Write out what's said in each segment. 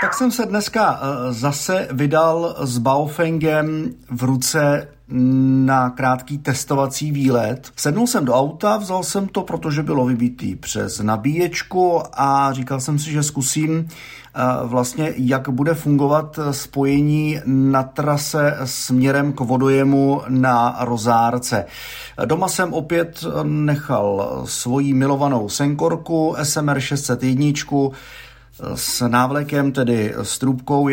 Tak jsem se dneska zase vydal s Baofengem v ruce na krátký testovací výlet. Sednul jsem do auta, vzal jsem to, protože bylo vybitý přes nabíječku a říkal jsem si, že zkusím vlastně, jak bude fungovat spojení na trase směrem k vodojemu na Rozárce. Doma jsem opět nechal svoji milovanou Senkorku SMR 601 s návlekem, tedy s trubkou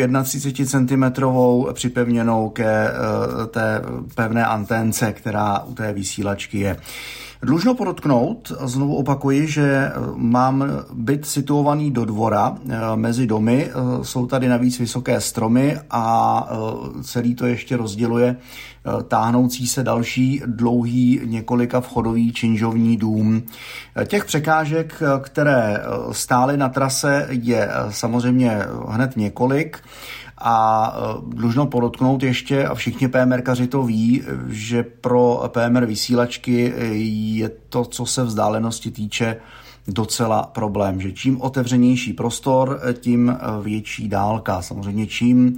31 cm připevněnou ke té pevné anténce, která u té vysílačky je. Dlužno podotknout, znovu opakuji, že mám byt situovaný do dvora mezi domy, jsou tady navíc vysoké stromy a celý to ještě rozděluje táhnoucí se další dlouhý několika vchodový činžovní dům. Těch překážek, které stály na trase, je samozřejmě hned několik. A dlužno podotknout ještě, a všichni PMRkaři to ví, že pro PMR vysílačky je to, co se vzdálenosti týče, docela problém, že čím otevřenější prostor, tím větší dálka. Samozřejmě čím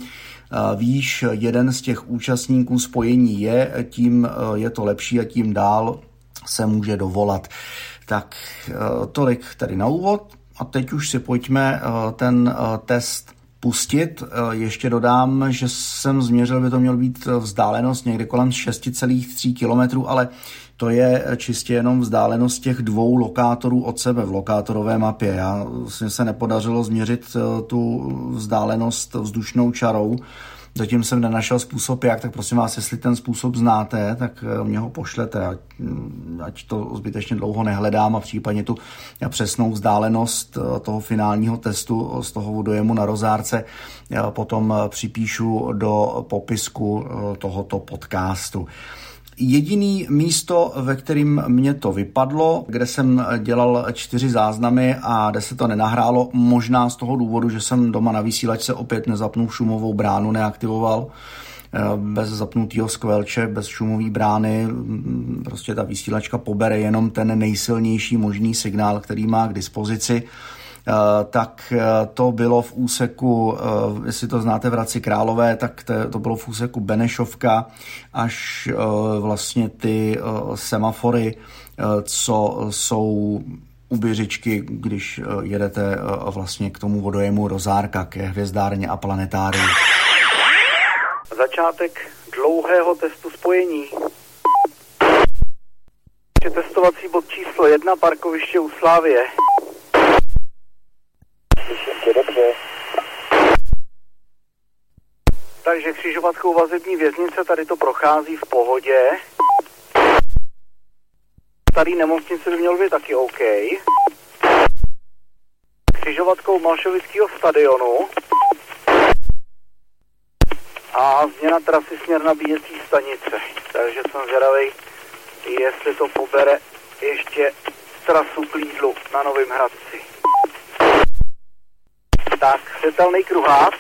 výš jeden z těch účastníků spojení je, tím je to lepší a tím dál se může dovolat. Tak tolik tady na úvod a teď už si pojďme ten test pustit. Ještě dodám, že jsem změřil, by to měl být vzdálenost někde kolem 6,3 km, ale to je čistě jenom vzdálenost těch dvou lokátorů od sebe v lokátorové mapě. Já se nepodařilo změřit tu vzdálenost vzdušnou čarou. Zatím jsem nenašel způsob jak, tak prosím vás, jestli ten způsob znáte, tak mě ho pošlete, ať to zbytečně dlouho nehledám a případně tu přesnou vzdálenost toho finálního testu z toho vodojemu na Rozárce potom připíšu do popisku tohoto podcastu. Jediný místo, ve kterém mě to vypadlo, kde jsem dělal 4 záznamy a kde se to nenahrálo, možná z toho důvodu, že jsem doma na vysílačce opět nezapnul šumovou bránu, neaktivoval, bez zapnutého skvelče, bez šumové brány, prostě ta vysílačka pobere jenom ten nejsilnější možný signál, který má k dispozici. Tak to bylo v úseku, jestli to znáte v Hradci Králové, tak to bylo v úseku Benešovka až vlastně ty semafory, co jsou u Běřičky, když jedete vlastně k tomu vodojemu Rozárka, ke hvězdárně a planetáriu. Začátek dlouhého testu spojení. Testovací bod číslo 1, parkoviště u Slávie. Dobře. Takže křižovatkou vazební věznice, tady to prochází v pohodě. Starý nemocnice by měl být taky OK. Křižovatkou Malšovického stadionu. A změna trasy směr nabíjecí stanice. Takže jsem zvědavý, jestli to pobere ještě trasu k Lídlu na Novém Hradci. Tak, světelný kruhák.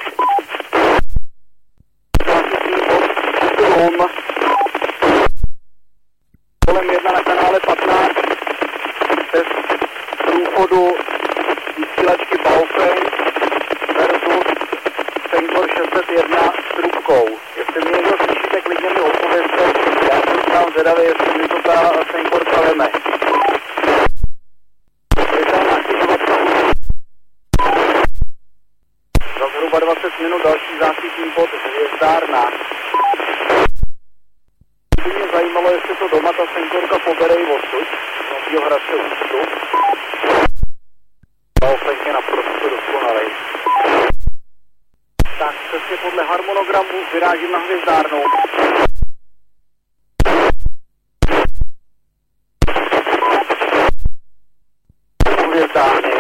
Kolem 1 na kanále 15. Test průchodu vysílačky Baofeng versus Senkor 601 s trubkou. Jestli mě někdo slyšíte, klidně mi odpovězte. Já jsem tam zvědavý, jestli mi to ta Senkorka veme. Za zhruba 20 minut další záchytný bod hvězdárna. By mě zajímalo, jestli to doma ta Senkorka pobere i odsud, z Novýho Hradce ústu. Baofeng je naprosto dokonalej. Tak, přesně podle harmonogramu vyrážím na hvězdárnu. Hvězdárny.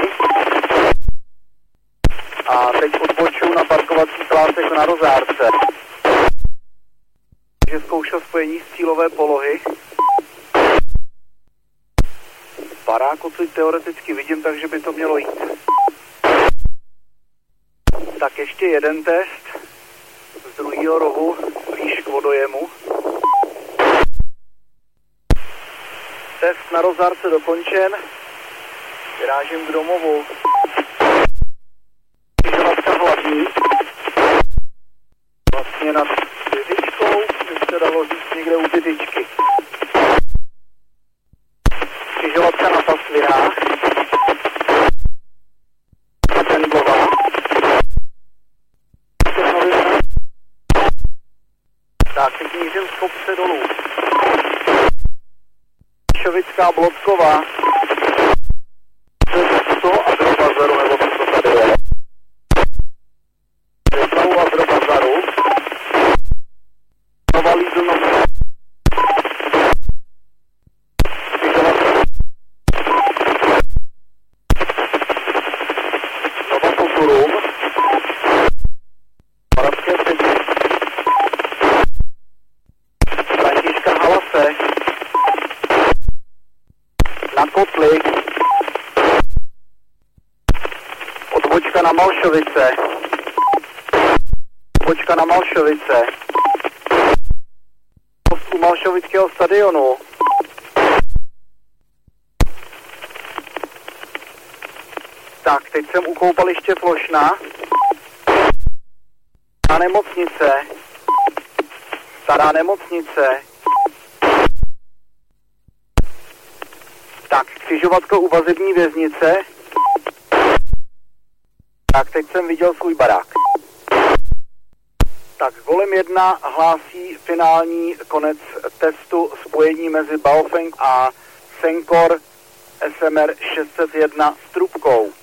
A teď odbočuju na parkovací plásek na Rozárce. Takže zkoušel spojení z cílové polohy. Barák odsud teoreticky vidím, takže by to mělo jít. Tak ještě jeden test z druhého rohu blíž k vodojemu. Test na Rozárce dokončen. Vyrážím k domovu. Křižovatka hlavní. někde nad Tyřičkou, by se dalo říct někde u Tyřičky. Křižovatka na Pasvinách. Tendlová. Tak, teď mířím z kopce dolů. Šovická Blotková. Z toho Agrobazaru, nebo co tady je. Znovu Agrobazaru. Nova Lidl na Nova Futurum. Moravské Předměstí. Františka Halase. Na Kotli. Odbočka na Malšovice. Odbočka na Malšovice. U Malšovického stadionu. Tak, teď jsem u koupaliště Plošna. Na nemocnice. Stará nemocnice. Tak, křižovatko u vazební věznice. Tak, teď jsem viděl svůj barák. Tak, golem 1 hlásí finální konec testu spojení mezi Baofeng a Senkor SMR 601 s trubkou.